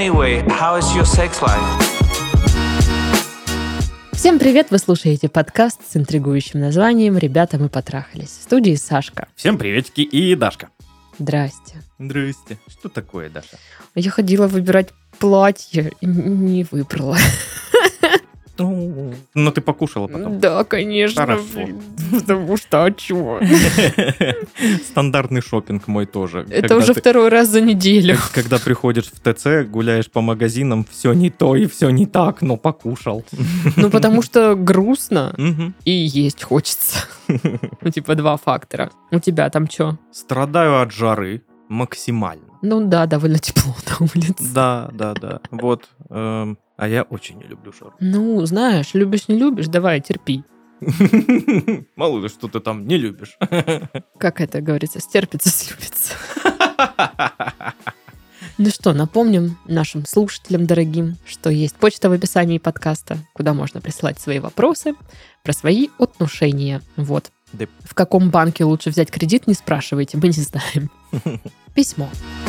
Anyway, how is your sex life? Всем привет! Вы слушаете подкаст с интригующим названием «Ребята, мы потрахались». В студии Сашка. Всем приветики и Дашка. Здрасте. Здрасте. Что такое, Даша? Я ходила выбирать платье и не выбрала. Но ты покушала потом. Да, конечно. Хорошо. Потому что, а чего? Стандартный шопинг мой тоже. Это уже второй раз за неделю. Когда приходишь в ТЦ, гуляешь по магазинам, все не то и все не так, но покушал. Ну, потому что грустно Мгм. и есть хочется. Ну, типа два фактора. У тебя там что? Страдаю от жары максимально. Ну да, довольно тепло на улице. Да. Вот. А я очень не люблю жару. Ну, знаешь, любишь, не любишь, давай, терпи. Мало ли, что ты там не любишь. Как это говорится, стерпится, слюбится. Ну что, напомним нашим слушателям дорогим, что есть почта в описании подкаста, куда можно присылать свои вопросы про свои отношения. Вот. Да. В каком банке лучше взять кредит, не спрашивайте, мы не знаем. Письмо.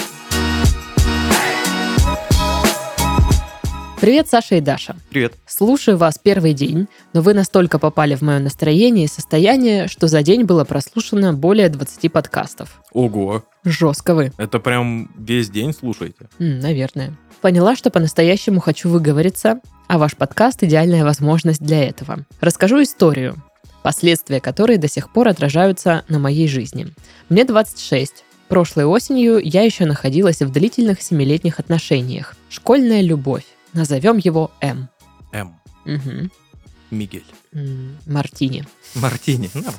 Привет, Саша и Даша. Привет. Слушаю вас первый день, но вы настолько попали в мое настроение и состояние, что за день было прослушано более 20 подкастов. Ого. Жестко вы. Это прям весь день слушаете? Наверное. Поняла, что по-настоящему хочу выговориться, а ваш подкаст – идеальная возможность для этого. Расскажу историю, последствия которой до сих пор отражаются на моей жизни. Мне 26. Прошлой осенью я еще находилась в длительных 7-летних отношениях. Школьная любовь. Назовем его М. М. Угу. Мигель. Мартини. Мартини. Нормально.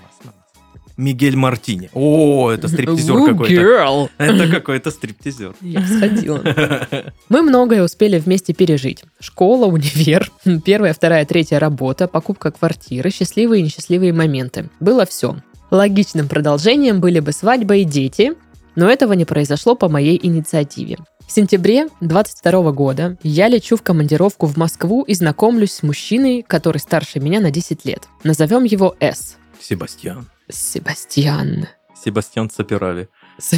Мигель Мартини. О, это стриптизер Ooh, какой-то. girl. Это какой-то стриптизер. Я сходила. Мы многое успели вместе пережить. Школа, универ, первая, вторая, третья работа, покупка квартиры, счастливые и несчастливые моменты. Было все. Логичным продолжением были бы свадьба и дети, но этого не произошло по моей инициативе. В сентябре 22 года я лечу в командировку в Москву и знакомлюсь с мужчиной, который старше меня на 10 лет. Назовем его С. Себастьян. Себастьян. Себастьян Саперави.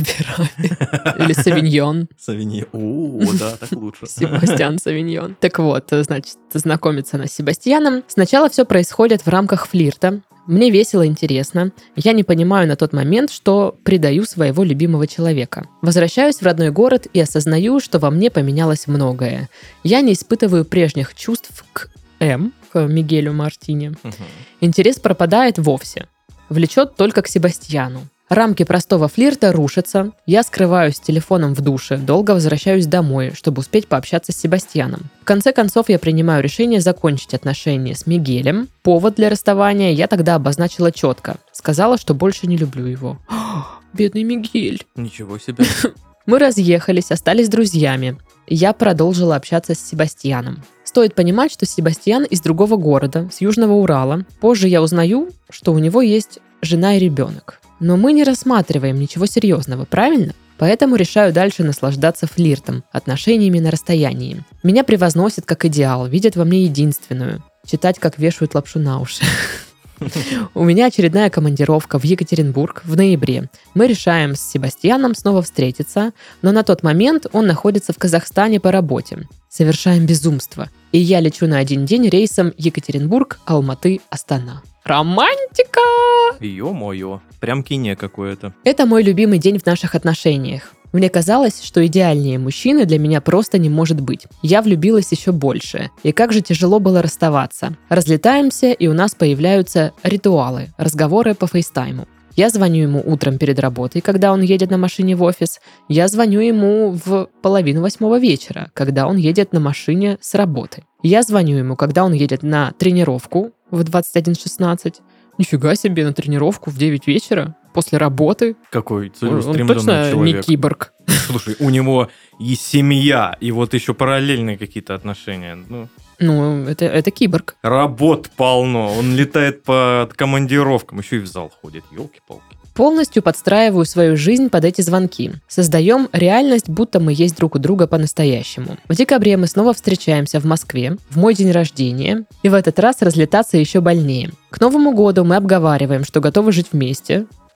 Саперави. Или Савиньон. Савинье. О, да, так лучше. Себастьян Савиньон. Так вот, значит, знакомится она с Себастьяном. Сначала все происходит в рамках флирта. Мне весело, интересно. Я не понимаю на тот момент, что предаю своего любимого человека. Возвращаюсь в родной город и осознаю, что во мне поменялось многое. Я не испытываю прежних чувств к М, к Мигелю Мартини. Интерес пропадает вовсе. Влечет только к Себастьяну. Рамки простого флирта рушатся. Я скрываюсь с телефоном в душе, долго возвращаюсь домой, чтобы успеть пообщаться с Себастьяном. В конце концов, я принимаю решение закончить отношения с Мигелем. Повод для расставания я тогда обозначила четко. Сказала, что больше не люблю его. Бедный Мигель. Ничего себе. Мы разъехались, остались друзьями. Я продолжила общаться с Себастьяном. Стоит понимать, что Себастьян из другого города, с Южного Урала. Позже я узнаю, что у него есть жена и ребенок. Но мы не рассматриваем ничего серьезного, правильно? Поэтому решаю дальше наслаждаться флиртом, отношениями на расстоянии. Меня превозносят как идеал, видят во мне единственную. Читать, как вешают лапшу на уши. У меня очередная командировка в Екатеринбург в ноябре. Мы решаем с Себастьяном снова встретиться, но на тот момент он находится в Казахстане по работе. Совершаем безумство. И я лечу на один день рейсом Екатеринбург, Алматы, Астана. Романтика! Ё-моё. Прям кине какое-то. Это мой любимый день в наших отношениях. Мне казалось, что идеальнее мужчины для меня просто не может быть. Я влюбилась еще больше. И как же тяжело было расставаться. Разлетаемся, и у нас появляются ритуалы, разговоры по фейстайму. Я звоню ему утром перед работой, когда он едет на машине в офис. Я звоню ему в 7:30 вечера, когда он едет на машине с работы. Я звоню ему, когда он едет на тренировку в 21:16. Нифига себе, на тренировку в 9 вечера после работы. Какой Он целеустремленный точно человек. не киборг. Слушай, у него и семья, и вот еще параллельные какие-то отношения. Ну, это киборг. Работ полно. Он летает по командировкам, еще и в зал ходит. Ёлки-палки. Полностью подстраиваю свою жизнь под эти звонки. Создаем реальность, будто мы есть друг у друга по-настоящему. В декабре мы снова встречаемся в Москве, в мой день рождения, и в этот раз разлетаться еще больнее. К Новому году мы обговариваем, что готовы жить вместе.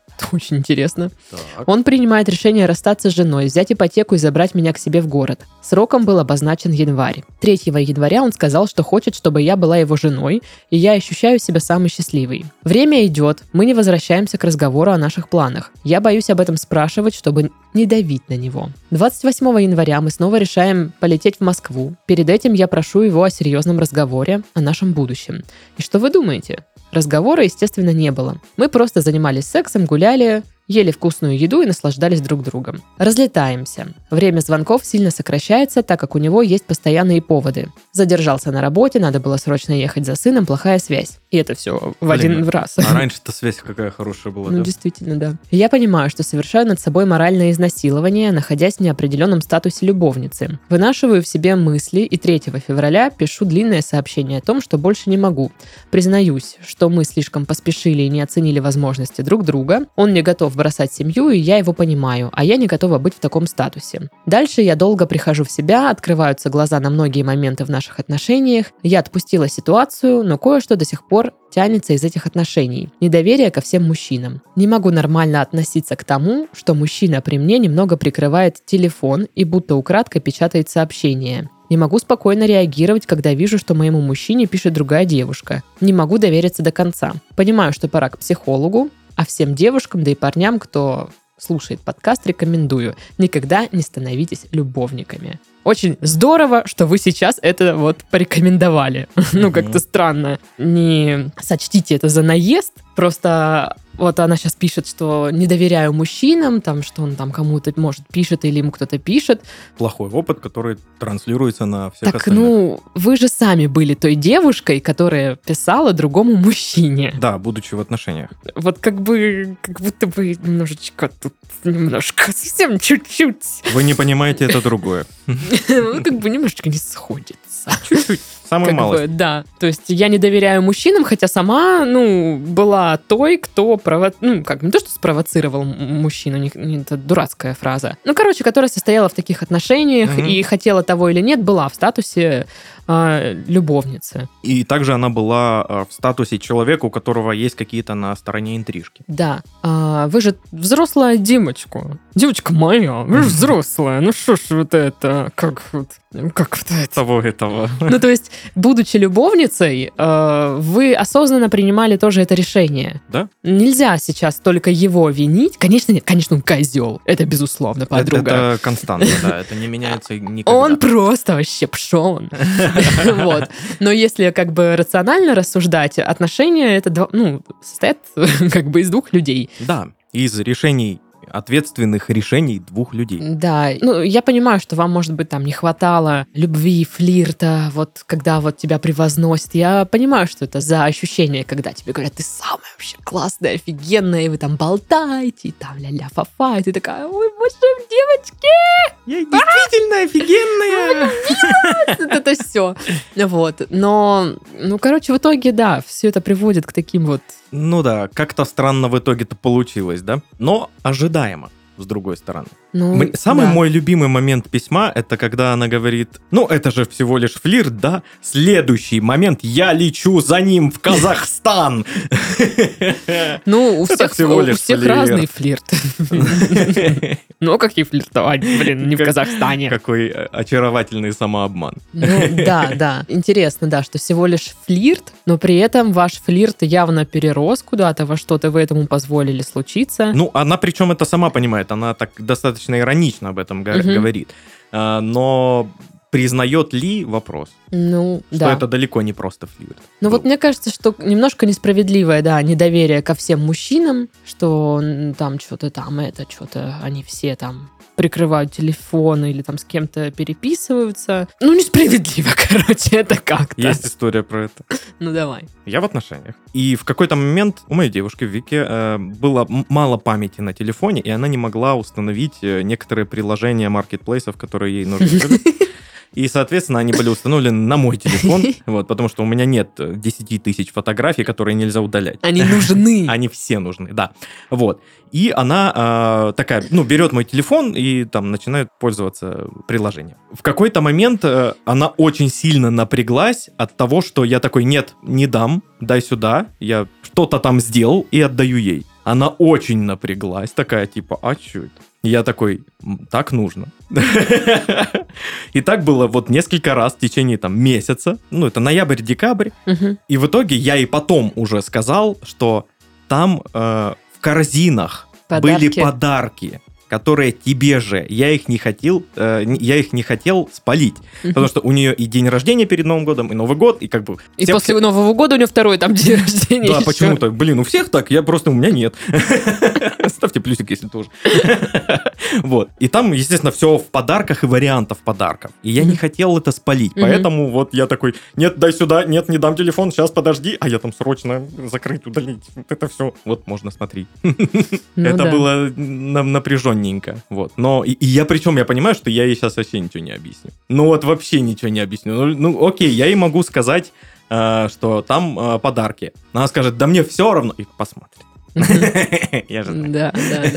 Это очень интересно. Так. Он принимает решение расстаться с женой, взять ипотеку и забрать меня к себе в город. Сроком был обозначен январь. 3 января он сказал, что хочет, чтобы я была его женой, и я ощущаю себя самой счастливой. Время идет, мы не возвращаемся к разговору о наших планах. Я боюсь об этом спрашивать, чтобы не давить на него. 28 января мы снова решаем полететь в Москву. Перед этим я прошу его о серьезном разговоре о нашем будущем. И что вы думаете? Разговора, естественно, не было. Мы просто занимались сексом, гуляли, ели вкусную еду и наслаждались друг другом. Разлетаемся. Время звонков сильно сокращается, так как у него есть постоянные поводы. Задержался на работе, надо было срочно ехать за сыном, плохая связь. И это все в один раз. А раньше-то связь какая хорошая была, Ну, да? действительно, да. Я понимаю, что совершаю над собой моральное изнасилование, находясь в неопределенном статусе любовницы. Вынашиваю в себе мысли и 3 февраля пишу длинное сообщение о том, что больше не могу. Признаюсь, что мы слишком поспешили и не оценили возможности друг друга. Он не готов бросать семью, и я его понимаю, а я не готова быть в таком статусе. Дальше я долго прихожу в себя, открываются глаза на многие моменты в наших отношениях. Я отпустила ситуацию, но кое-что до сих пор тянется из этих отношений. Недоверие ко всем мужчинам. Не могу нормально относиться к тому, что мужчина при мне немного прикрывает телефон и будто украдкой печатает сообщения. Не могу спокойно реагировать, когда вижу, что моему мужчине пишет другая девушка. Не могу довериться до конца. Понимаю, что пора к психологу, а всем девушкам, да и парням, кто слушает подкаст, рекомендую: никогда не становитесь любовниками. Очень здорово, что вы сейчас это вот порекомендовали. Ну, как-то странно. Не сочтите это за наезд. Просто вот она сейчас пишет, что не доверяю мужчинам, там, что он там кому-то, может, пишет или ему кто-то пишет. Плохой опыт, который транслируется на всех Так, остальных. ну, вы же сами были той девушкой, которая писала другому мужчине. Да, будучи в отношениях. Вот как будто бы немножко, совсем чуть-чуть. Вы не понимаете, это другое. Ну, как бы немножечко не сходится. Чуть-чуть. Самую Как малость. бы, да. То есть я не доверяю мужчинам, хотя сама, была той, кто не то, что спровоцировал мужчину, это дурацкая фраза. Которая состояла в таких отношениях и хотела того или нет, была в статусе любовницы. И также она была в статусе человека, у которого есть какие-то на стороне интрижки. Да. Вы же взрослая девочка. Девочка моя, вы же взрослая. Ну что ж вот это, как вот это? Того этого. Ну, то есть, будучи любовницей, вы осознанно принимали тоже это решение. Да? Нельзя сейчас только его винить. Конечно, нет, конечно, он козел. Это безусловно, подруга. Это константа, да, это не меняется никогда. Он просто вообще пшон. Вот. Но если как бы рационально рассуждать, отношения это состоят как бы из двух людей. Да, из решений, ответственных решений двух людей. Да, я понимаю, что вам, может быть, там не хватало любви, флирта, вот когда вот тебя превозносят. Я понимаю, что это за ощущение, когда тебе говорят: ты самая вообще классная, офигенная, и вы там болтаете, и там ля-ля фа-фа, и ты такая: ой, боже, девочки! Я действительно офигенная! Это все. Вот. Но, в итоге, да, все это приводит к таким вот... Ну да, как-то странно в итоге-то получилось, да? Но ожидаемо, с другой стороны. Самый мой любимый момент письма, это когда она говорит: это же всего лишь флирт, да? Следующий момент: я лечу за ним в Казахстан. У всех разный флирт. Какие флиртовать, не в Казахстане. Какой очаровательный самообман. Да. Интересно, да, что всего лишь флирт, но при этом ваш флирт явно перерос куда-то, во что-то вы этому позволили случиться. Она причем это сама понимает, она так достаточно иронично об этом говорит. Но признает ли вопрос? Что это далеко не просто флирт. Мне кажется, что немножко несправедливое, недоверие ко всем мужчинам, что там что-то они все там прикрывают телефон или там с кем-то переписываются. Несправедливо, это как-то. Есть история про это. Давай. Я в отношениях. И в какой-то момент у моей девушки Вики было мало памяти на телефоне, и она не могла установить некоторые приложения маркетплейсов, которые ей нужны были. И, соответственно, они были установлены на мой телефон, потому что у меня нет 10 тысяч фотографий, которые нельзя удалять. Они нужны. Они все нужны, да. И она такая, берет мой телефон и там начинает пользоваться приложением. В какой-то момент она очень сильно напряглась от того, что я такой: нет, не дам, дай сюда, я что-то там сделал и отдаю ей. Она очень напряглась, такая типа, а что это? Я такой, так нужно. И так было вот несколько раз в течение там месяца. Ну, это ноябрь-декабрь. И в итоге я и потом уже сказал, что там в корзинах были подарки, которые тебе же, я их не хотел спалить, потому что у нее и день рождения перед Новым годом, и Новый год, и как бы... И после Нового года у нее второй там день рождения. Да, почему-то, у всех так, у меня нет. Ставьте плюсик, если тоже. Вот. И там, естественно, все в подарках и вариантов подарков. И я не хотел это спалить, поэтому вот я такой, нет, дай сюда, нет, не дам телефон, сейчас подожди, а я там срочно закрыть, удалить. Вот это все. Вот можно смотреть. Это было напряженненько. Вот. Но и я понимаю, что я ей сейчас вообще ничего не объясню. Ну вот вообще ничего не объясню. Ну окей, я ей могу сказать, что там подарки. Она скажет, да мне все равно. И посмотрит. Я же знаю. Да.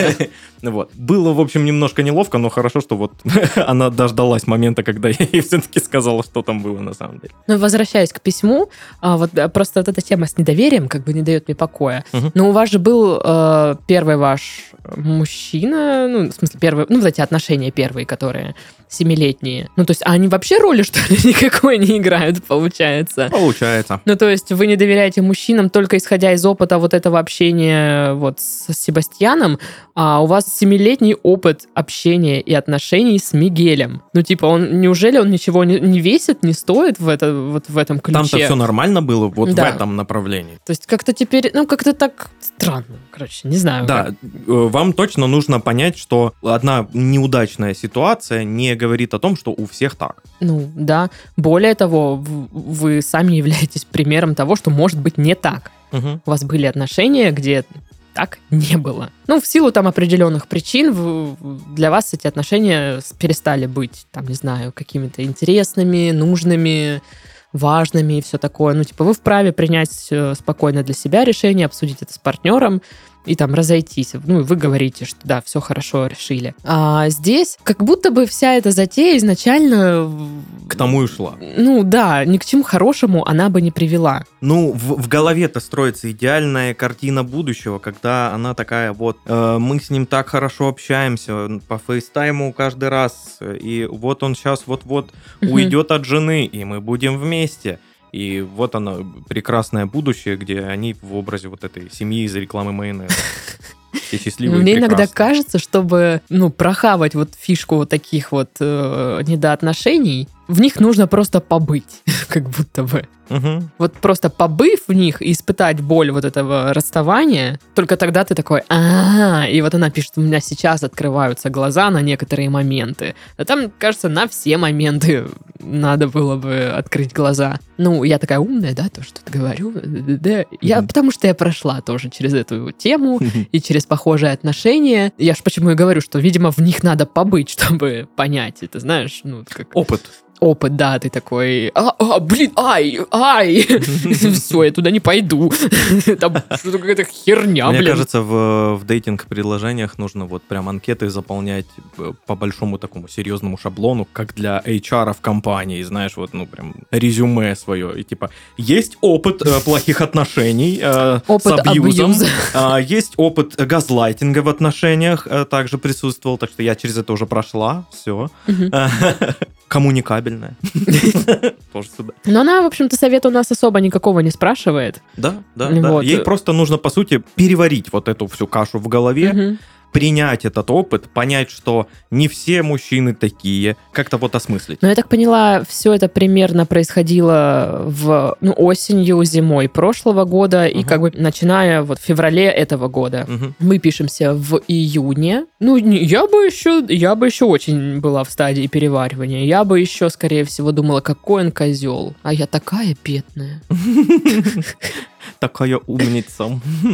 Вот. Было, в общем, немножко неловко, но хорошо, что вот она дождалась момента, когда я ей все-таки сказала, что там было на самом деле. Ну, возвращаясь к письму, вот просто вот эта тема с недоверием как бы не дает мне покоя. Но у вас же был первый ваш мужчина, ну, в смысле, первые, ну, вот эти отношения первые, которые 7-летние. Ну, то есть, они вообще роли, что ли, никакой не играют, получается? Получается. Ну, то есть, вы не доверяете мужчинам только исходя из опыта вот этого общения вот с Себастьяном, а у вас 7-летний опыт общения и отношений с Мигелем. Ну, типа, неужели он ничего не весит, не стоит в этом ключе? Там-то все нормально было вот в этом направлении. То есть, как-то теперь, ну, как-то так странно, короче, не знаю. Да, вам точно нужно понять, что одна неудачная ситуация не говорит о том, что у всех так. Ну, да. Более того, вы сами являетесь примером того, что может быть не так. У вас были отношения, где так не было. Ну, в силу там определенных причин для вас эти отношения перестали быть, там, не знаю, какими-то интересными, нужными, важными и все такое. Ну, типа, вы вправе принять спокойно для себя решение, обсудить это с партнером и там разойтись. Ну, и вы говорите, что да, все хорошо, решили. А здесь как будто бы вся эта затея изначально... К тому и шла. Ну, да, ни к чему хорошему она бы не привела. Ну, в голове-то строится идеальная картина будущего, когда она такая вот, мы с ним так хорошо общаемся, по фейстайму каждый раз, и вот он сейчас вот-вот уйдет от жены, и мы будем вместе. И вот оно, прекрасное будущее, где они в образе вот этой семьи из рекламы майонеза. Все счастливые. Мне иногда кажется, чтобы, ну, прохавать вот фишку вот таких вот недоотношений, в них нужно просто побыть, как будто бы. Вот просто побыв в них и испытать боль вот этого расставания, только тогда ты такой, и вот она пишет, у меня сейчас открываются глаза на некоторые моменты. А там, кажется, на все моменты надо было бы открыть глаза. Ну, я такая умная, да, то, что говорю. Да. Потому что я прошла тоже через эту тему и через похожие отношения. Я ж почему и говорю, что, видимо, в них надо побыть, чтобы понять это, знаешь, ну, как... Опыт, да, ты такой, блин, все, я туда не пойду. Там что-то какая-то херня, Мне кажется, в дейтинг-приложениях нужно вот прям анкеты заполнять по большому такому серьезному шаблону, как для HR в компании, знаешь, вот, ну, прям резюме свое. И типа, есть опыт плохих отношений с абьюзом, есть опыт газлайтинга в отношениях, также присутствовал, так что я через это уже прошла, все. Коммуникабельная. Тоже сюда. Но она, в общем-то, совета у нас особо никакого не спрашивает. Да. Ей просто нужно, по сути, переварить вот эту всю кашу в голове, принять этот опыт, понять, что не все мужчины такие, как-то вот осмыслить. Но я так поняла, все это примерно происходило осенью, зимой прошлого года, и как бы начиная вот в феврале этого года. Мы пишемся в июне. Ну, я бы еще очень была в стадии переваривания. Я бы еще, скорее всего, думала, какой он козел. А я такая бедная. Такая умница.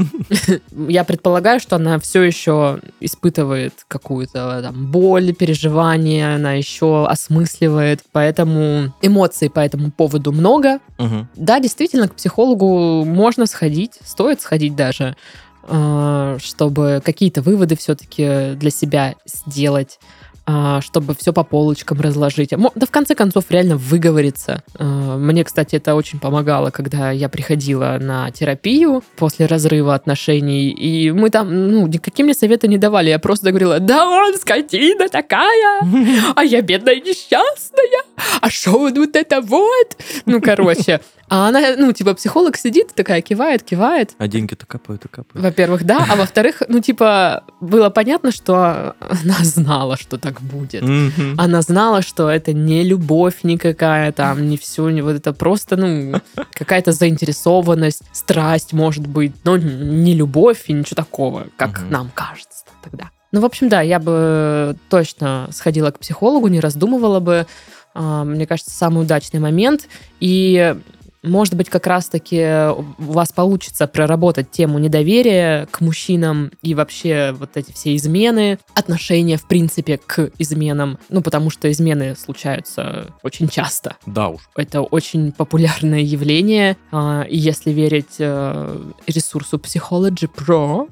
Я предполагаю, что она все еще испытывает какую-то там боль, переживания, она еще осмысливает, поэтому эмоций по этому поводу много. Да, действительно, к психологу можно сходить, стоит сходить даже, чтобы какие-то выводы все-таки для себя сделать. чтобы все по полочкам разложить. Да в конце концов реально выговориться. Мне, кстати, это очень помогало, когда я приходила на терапию после разрыва отношений, и мы там, никакие мне советы не давали. Я просто говорила: да он скотина такая, а я бедная несчастная, а шо вот это вот? Короче. А она, психолог сидит, такая кивает. А деньги-то капают и капают. Во-первых, да. А во-вторых, было понятно, что она знала, что так будет. Она знала, что это не любовь никакая, там, не все, не вот это просто, какая-то заинтересованность, страсть, может быть, но не любовь и ничего такого, как нам кажется тогда. В общем, да, я бы точно сходила к психологу, не раздумывала бы. Мне кажется, самый удачный момент. И может быть, как раз-таки у вас получится проработать тему недоверия к мужчинам и вообще вот эти все измены, отношения, в принципе, к изменам. Потому что измены случаются очень часто. Да уж. Это очень популярное явление. И если верить ресурсу Psychology Pro,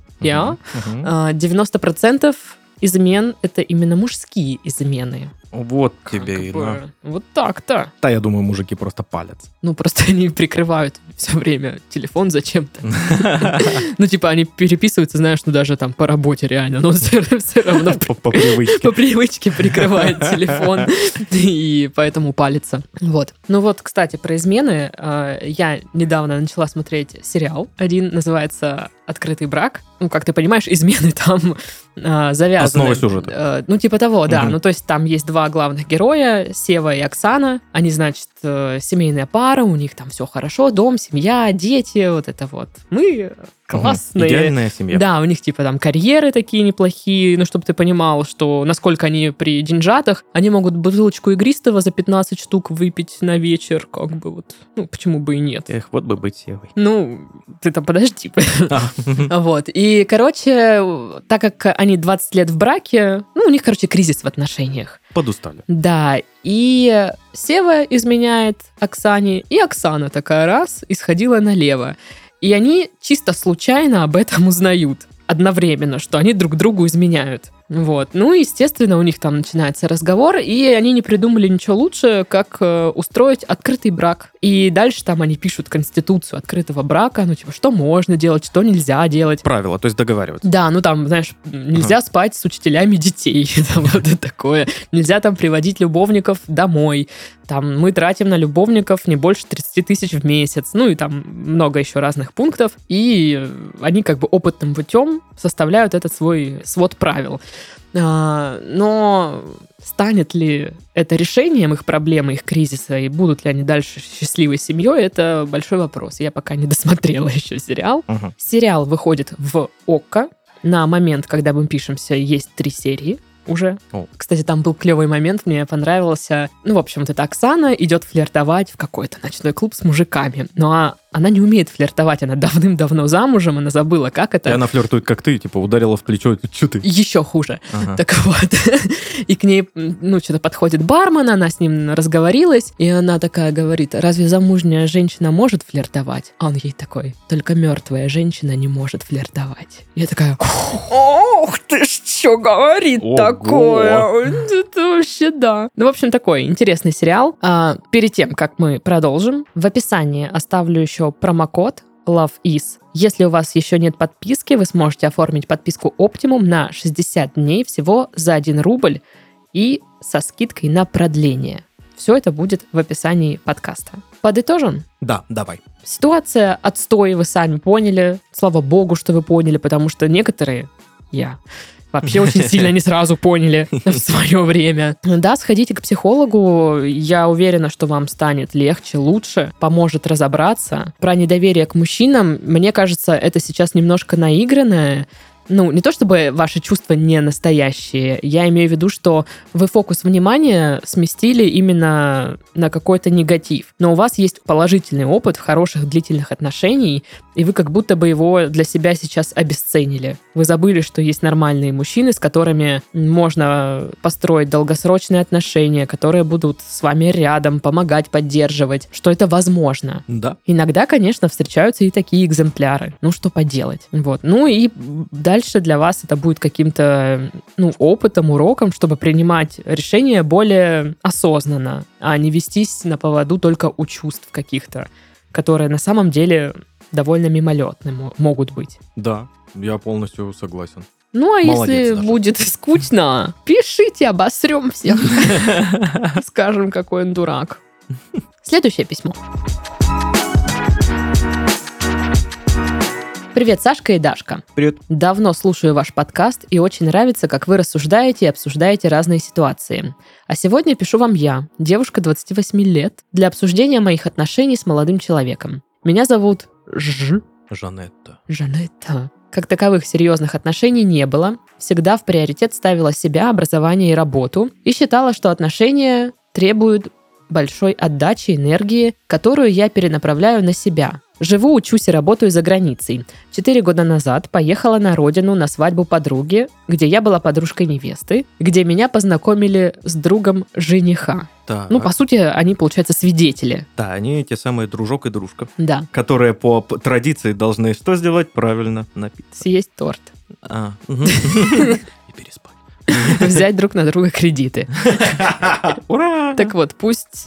90% измен — это именно мужские измены. Вот тебе и вот так-то. Да, я думаю, мужики просто палятся. Просто они прикрывают все время телефон зачем-то. Они переписываются, знаешь, даже там по работе реально, но все равно по привычке. По привычке прикрывает телефон, и поэтому палится. Вот. Кстати, про измены. Я недавно начала смотреть сериал. Один называется «Открытый брак». Как ты понимаешь, измены там завязаны. Основа сюжета. Типа того, да. То есть там есть два главных героя, Сева и Оксана. Они, значит, семейная пара, у них там все хорошо, дом, семья, дети, вот это вот. Мы классные. Идеальная семья. Да, у них типа там карьеры такие неплохие, чтобы ты понимал, что насколько они при деньжатах, они могут бутылочку игристого за 15 штук выпить на вечер, почему бы и нет. Эх, вот бы быть Севой. Ты там подожди. Вот. И, короче, так как они 20 лет в браке, у них, кризис в отношениях. Подустали. Да, и Сева изменяет Оксане, и Оксана такая раз и сходила налево. И они чисто случайно об этом узнают одновременно, что они друг другу изменяют. Вот. Естественно, у них там начинается разговор, и они не придумали ничего лучше, как устроить открытый брак. И дальше там они пишут конституцию открытого брака, что можно делать, что нельзя делать. Правила, то есть договариваться. Да, знаешь, нельзя спать с учителями детей, вот такое. Нельзя там приводить любовников домой. Там мы тратим на любовников не больше 30 тысяч в месяц. И там много еще разных пунктов. И они опытным путем составляют этот свой свод правил. Но станет ли это решением их проблемы, их кризиса, и будут ли они дальше счастливой семьей, это большой вопрос. Я пока не досмотрела еще сериал. Сериал выходит в ОККО. На момент, когда мы пишемся, есть 3 серии уже. Кстати, там был клевый момент, мне понравился. В общем, вот эта Оксана идет флиртовать в какой-то ночной клуб с мужиками. Она не умеет флиртовать, она давным-давно замужем, она забыла, как это. И она флиртует, как ты, ударила в плечо, что ты? Еще хуже. Так вот. И к ней, что-то подходит бармен, она с ним разговорилась, и она такая говорит: разве замужняя женщина может флиртовать? А он ей такой: только мертвая женщина не может флиртовать. Я такая: ох ты ж, что говорит такое? Это вообще да. В общем, такой интересный сериал. Перед тем, как мы продолжим, в описании оставлю еще промокод LOVEIS. Если у вас еще нет подписки, вы сможете оформить подписку Optimum на 60 дней всего за 1 рубль и со скидкой на продление. Все это будет в описании подкаста. Подытожим? Да, давай. Ситуация отстой, вы сами поняли. Слава богу, что вы поняли, потому что некоторые, вообще очень сильно не сразу поняли в свое время. Да, сходите к психологу, я уверена, что вам станет легче, лучше, поможет разобраться. Про недоверие к мужчинам, мне кажется, это сейчас немножко наигранное. Не то чтобы ваши чувства не настоящие, я имею в виду, что вы фокус внимания сместили именно на какой-то негатив. Но у вас есть положительный опыт хороших длительных отношений, и вы как будто бы его для себя сейчас обесценили. Вы забыли, что есть нормальные мужчины, с которыми можно построить долгосрочные отношения, которые будут с вами рядом, помогать, поддерживать, что это возможно. Да. Иногда, конечно, встречаются и такие экземпляры. Что поделать. Вот. И дальше дальше для вас это будет каким-то, опытом, уроком, чтобы принимать решения более осознанно, а не вестись на поводу только у чувств каких-то, которые на самом деле довольно мимолетными могут быть. Да, я полностью согласен. Ну, а Молодец, если Даша. будет скучно, пишите, обосрем всех. Скажем, какой он дурак. Следующее письмо. Привет, Сашка и Дашка. Привет. Давно слушаю ваш подкаст и очень нравится, как вы рассуждаете и обсуждаете разные ситуации. А сегодня пишу вам я, девушка 28 лет, для обсуждения моих отношений с молодым человеком. Меня зовут Жанетта. Как таковых серьезных отношений не было. Всегда в приоритет ставила себя, образование и работу. И считала, что отношения требуют большой отдачи, энергии, которую я перенаправляю на себя. Живу, учусь и работаю за границей. 4 года назад поехала на родину на свадьбу подруги, где я была подружкой невесты, где меня познакомили с другом жениха. Так. По сути, они, получается, свидетели. Да, они те самые дружок и дружка, Да, которые по традиции должны что сделать? Правильно напиться. съесть торт. И переспать. Взять друг на друга кредиты. Ура! Так вот, пусть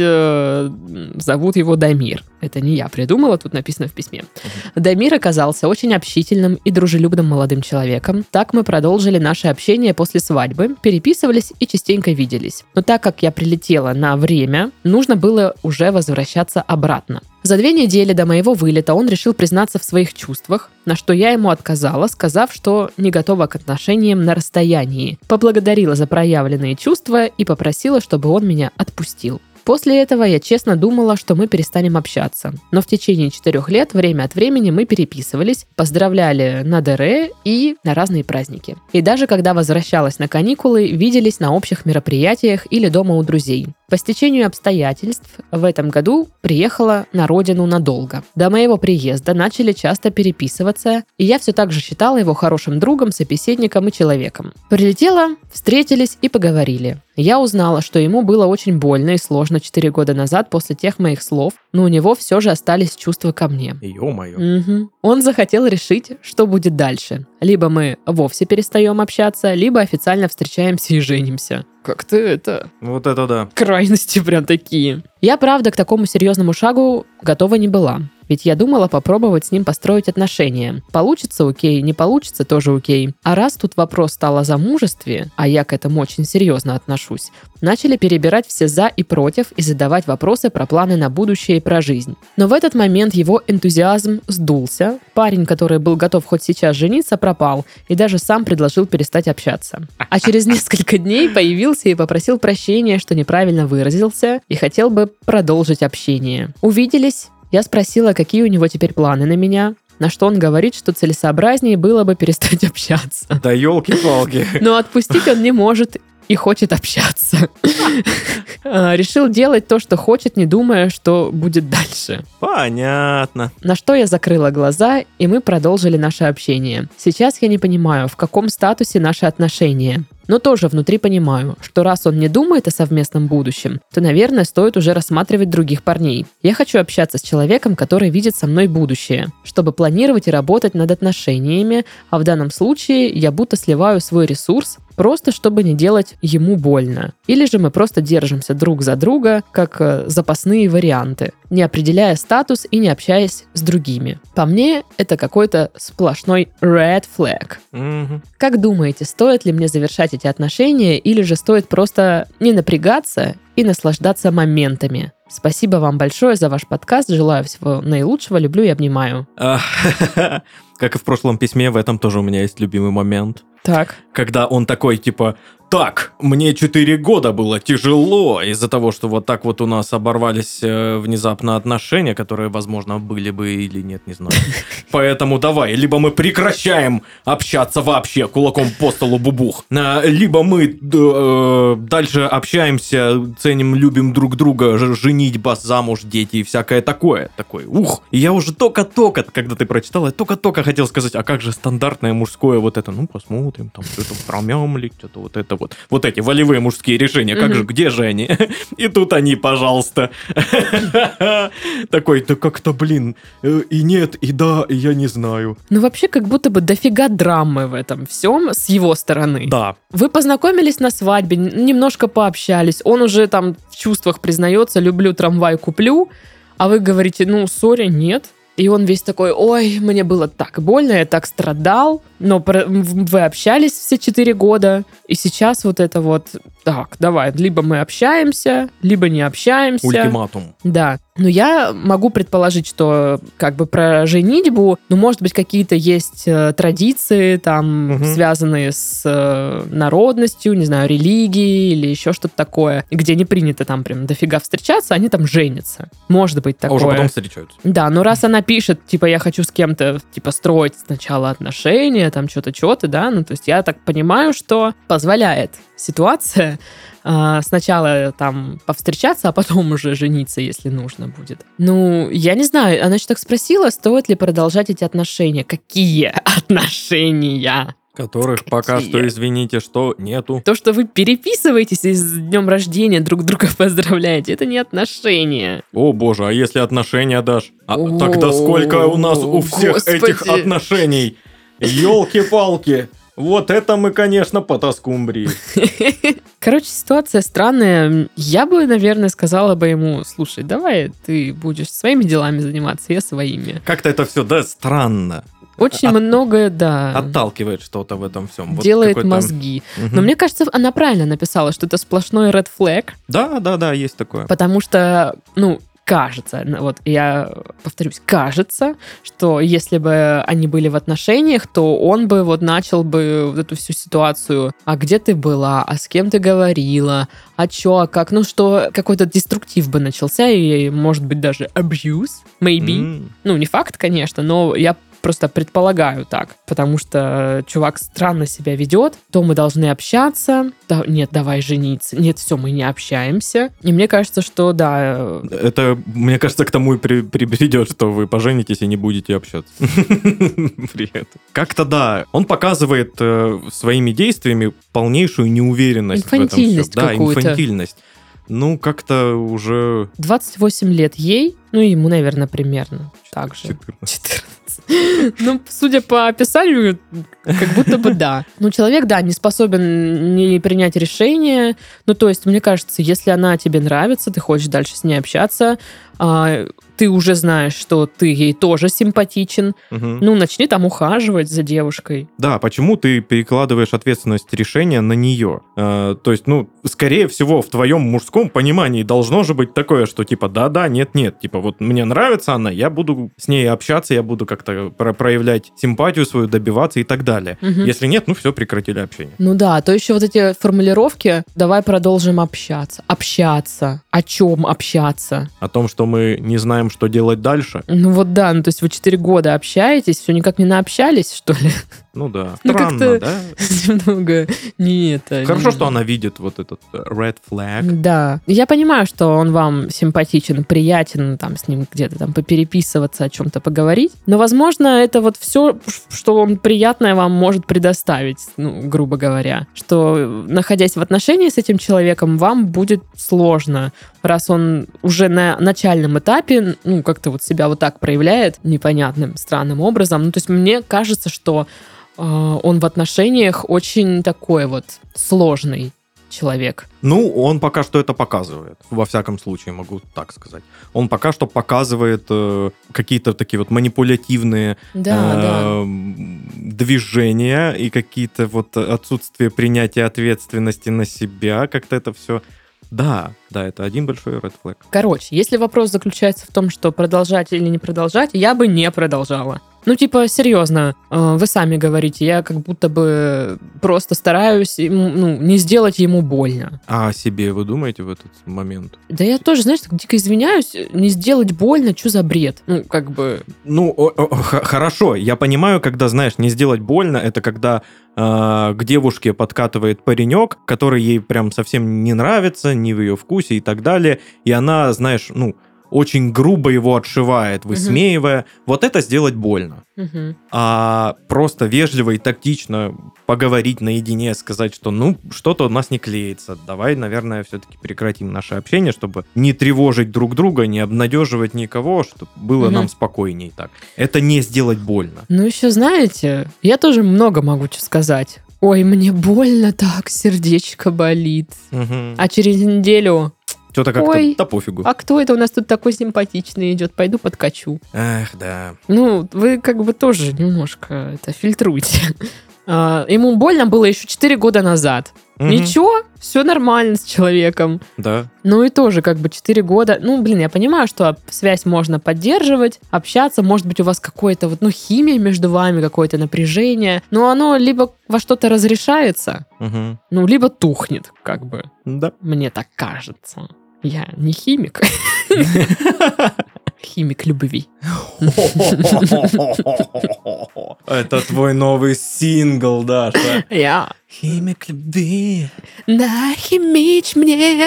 зовут его Дамир. Это не я придумала, тут написано в письме. Дамир оказался очень общительным и дружелюбным молодым человеком. Так мы продолжили наше общение после свадьбы, переписывались и частенько виделись. Но так как я прилетела на время, нужно было уже возвращаться обратно. За 2 недели до моего вылета он решил признаться в своих чувствах, на что я ему отказала, сказав, что не готова к отношениям на расстоянии. Поблагодарила за проявленные чувства и попросила, чтобы он меня отпустил. После этого я честно думала, что мы перестанем общаться. Но в течение 4 лет время от времени мы переписывались, поздравляли на ДР и на разные праздники. И даже когда возвращалась на каникулы, виделись на общих мероприятиях или дома у друзей. По стечению обстоятельств в этом году приехала на родину надолго. До моего приезда начали часто переписываться, и я все так же считала его хорошим другом, собеседником и человеком. Прилетела, встретились и поговорили. Я узнала, что ему было очень больно и сложно 4 года назад после тех моих слов, но у него все же остались чувства ко мне. Ё-моё. Он захотел решить, что будет дальше. Либо мы вовсе перестаем общаться, либо официально встречаемся и женимся. Как-то это... Вот это да. Крайности прям такие. Я, правда, к такому серьезному шагу готова не была. Ведь я думала попробовать с ним построить отношения. Получится — окей, не получится — тоже окей. А раз тут вопрос стал о замужестве, а я к этому очень серьезно отношусь, начали перебирать все за и против и задавать вопросы про планы на будущее и про жизнь. Но в этот момент его энтузиазм сдулся. Парень, который был готов хоть сейчас жениться, пропал и даже сам предложил перестать общаться. А через несколько дней появился и попросил прощения, что неправильно выразился, и хотел бы продолжить общение. Увиделись. Я спросила, какие у него теперь планы на меня, на что он говорит, что целесообразнее было бы перестать общаться. Да елки-палки. Но отпустить он не может и хочет общаться. Решил делать то, что хочет, не думая, что будет дальше. Понятно. На что я закрыла глаза, и мы продолжили наше общение. Сейчас я не понимаю, в каком статусе наши отношения. Но тоже внутри понимаю, что раз он не думает о совместном будущем, то, наверное, стоит уже рассматривать других парней. Я хочу общаться с человеком, который видит со мной будущее, чтобы планировать и работать над отношениями, а в данном случае я будто сливаю свой ресурс, просто чтобы не делать ему больно. Или же мы просто держимся друг за друга, как запасные варианты, не определяя статус и не общаясь с другими. По мне, это какой-то сплошной red flag. Как думаете, стоит ли мне завершать эти отношения, или же стоит просто не напрягаться и наслаждаться моментами? Спасибо вам большое за ваш подкаст, желаю всего наилучшего, люблю и обнимаю. Как и в прошлом письме, в этом тоже у меня есть любимый момент. Так. Когда он такой, типа, так, мне 4 года было тяжело из-за того, что вот так вот у нас оборвались внезапно отношения, которые, возможно, были бы или нет, не знаю. Поэтому давай, либо мы прекращаем общаться вообще, кулаком по столу бубух, либо мы дальше общаемся, ценим, любим друг друга, женитьба, замуж, дети и всякое такое. Такой, И я уже только-только, когда ты прочитал, я только-только хотел сказать, а как же стандартное мужское вот это, посмотрим, там что-то промемли, что-то вот это вот. вот эти волевые мужские решения. Как же, где же они? И тут они, пожалуйста. Такой, да как-то, блин, и нет, и да, и я не знаю. Ну, вообще, как будто бы дофига драмы в этом всем с его стороны. Да. Вы познакомились на свадьбе, немножко пообщались, он уже там в чувствах признается, люблю трамвай, куплю, а вы говорите, ну, сори, нет. И он весь такой, ой, мне было так больно, я так страдал, но вы общались все 4 года, и сейчас вот это вот, так, давай, либо мы общаемся, либо не общаемся. Ультиматум. Да. Но я могу предположить, что как бы про женитьбу, ну, может быть, какие-то есть традиции, там, связанные с народностью, не знаю, религией или еще что-то такое, где не принято там прям дофига встречаться, они там женятся. Может быть такое. А уже потом встречаются. Да, но раз она пишет, типа, я хочу с кем-то, типа, строить сначала отношения, там, что-то, да, ну, то есть я так понимаю, что позволяет ситуация сначала там повстречаться, а потом уже жениться, если нужно будет. Ну, я не знаю, она еще так спросила, стоит ли продолжать эти отношения. Какие отношения? Которых пока что, извините, что нету. То, что вы переписываетесь и с днем рождения друг друга поздравляете, это не отношения. О боже, а если отношения дашь? Тогда сколько у нас у всех этих отношений? Ёлки-палки. Вот это мы, конечно, по тоскумбрии. Короче, ситуация странная. Я бы, наверное, сказала бы ему, слушай, давай ты будешь своими делами заниматься, я своими. Как-то это все, да, странно. Очень многое, да. Отталкивает что-то в этом всем. Делает вот мозги. Но мне кажется, она правильно написала, что это сплошной red flag. Да, есть такое. Потому что, ну, кажется, вот я повторюсь, кажется, что если бы они были в отношениях, то он бы вот начал бы вот эту всю ситуацию, а где ты была, а с кем ты говорила, а чё, а как, ну что, какой-то деструктив бы начался, и, может быть, даже abuse, maybe. Ну, не факт, конечно, но я просто предполагаю так, потому что чувак странно себя ведет, то мы должны общаться, да, нет, давай жениться, нет, все, мы не общаемся. И мне кажется, что да. Это, мне кажется, к тому и придет, что вы поженитесь и не будете общаться. При этом. Как-то да, он показывает своими действиями полнейшую неуверенность в этом всем. Инфантильность какую-то. Да, инфантильность. Ну, как-то уже... 28 лет ей, ну, ему, наверное, примерно так же. 14. Ну, судя по описанию, как будто бы да. Ну, человек, да, не способен не принять решение. Ну, то есть, мне кажется, если она тебе нравится, ты хочешь дальше с ней общаться, ты уже знаешь, что ты ей тоже симпатичен, ну, начни там ухаживать за девушкой. Да, почему ты перекладываешь ответственность решения на нее? То есть, ну, скорее всего, в твоем мужском понимании должно же быть такое, что типа да-да, нет-нет, типа вот мне нравится она, я буду с ней общаться, я буду как-то проявлять симпатию свою, добиваться и так далее. Если нет, ну все, прекратили общение. Ну да, то еще вот эти формулировки, давай продолжим общаться. Общаться. О чем общаться? О том, что мы не знаем, что делать дальше. Ну вот да, ну то есть вы 4 года общаетесь, все никак не наобщались, что ли? Ну да, странно, да? Немного не это. Хорошо, что она видит вот этот red flag. Да. Я понимаю, что он вам симпатичен, приятен, там с ним где-то там попереписываться, о чем-то поговорить, но, возможно, это вот все, что он приятное вам может предоставить, ну, грубо говоря, что, находясь в отношении с этим человеком, вам будет сложно, раз он уже на начальном этапе, ну, как-то вот себя вот так проявляет непонятным, странным образом. Ну, то есть мне кажется, что он в отношениях очень такой вот сложный человек. Ну, он пока что это показывает. Во всяком случае, могу так сказать. Он пока что показывает какие-то такие вот манипулятивные движения и какие-то вот отсутствие принятия ответственности на себя. Как-то это все... Да, это один большой red flag. Короче, если вопрос заключается в том, что продолжать или не продолжать, я бы не продолжала. Ну, типа, серьезно, вы сами говорите, я как будто бы просто стараюсь, ну, не сделать ему больно. А о себе вы думаете в этот момент? Да я тоже, знаешь, так дико извиняюсь, не сделать больно, что за бред? Ну, как бы... Ну, хорошо, я понимаю, когда, знаешь, не сделать больно, это когда к девушке подкатывает паренек, который ей прям совсем не нравится, не в ее вкусе и так далее, и она, знаешь, ну, очень грубо его отшивает, высмеивая. Вот это сделать больно. А просто вежливо и тактично поговорить наедине, сказать, что ну, что-то у нас не клеится. Давай, наверное, все-таки прекратим наше общение, чтобы не тревожить друг друга, не обнадеживать никого, чтобы было нам спокойнее так. Это не сделать больно. Ну, еще знаете, я тоже много могу сказать. Ой, мне больно так, сердечко болит. А через неделю... Что-то как-то, ой, да пофигу. А кто это у нас тут такой симпатичный идет? Пойду подкачу. Эх, да. Ну, вы как бы тоже немножко это фильтруйте. Ему больно было еще 4 года назад. Ничего, все нормально с человеком. Да. Ну и тоже как бы 4 года. Ну, блин, я понимаю, что связь можно поддерживать, общаться. Может быть, у вас какое-то вот, ну, химия между вами, какое-то напряжение. Но оно либо во что-то разрешается, ну, либо тухнет, как бы. Да. Мне так кажется. Я не химик. Химик любви. Это твой новый сингл, Даша. Я. Химик любви. Нахимичь мне.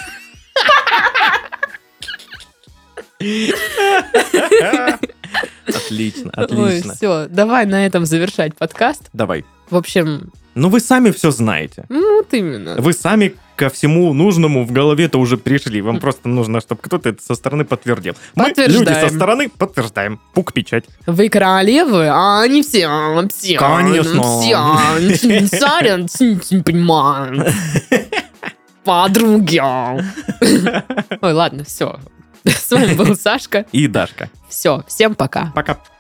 Отлично, Ой, отлично. все, давай на этом завершать подкаст. Давай. В общем, Ну, вы сами все знаете. ну вот именно. Вы сами ко всему нужному в голове-то уже пришли. Вам просто нужно, чтобы кто-то это со стороны подтвердил. Мы, Подтверждаем. люди со стороны, подтверждаем. Пук-печать. Вы королевы, а не все. Конечно. Все. Царя, не понимаю. Подруги. Ой, ладно, все. С вами был Сашка. И Дашка. Все, всем пока. Пока.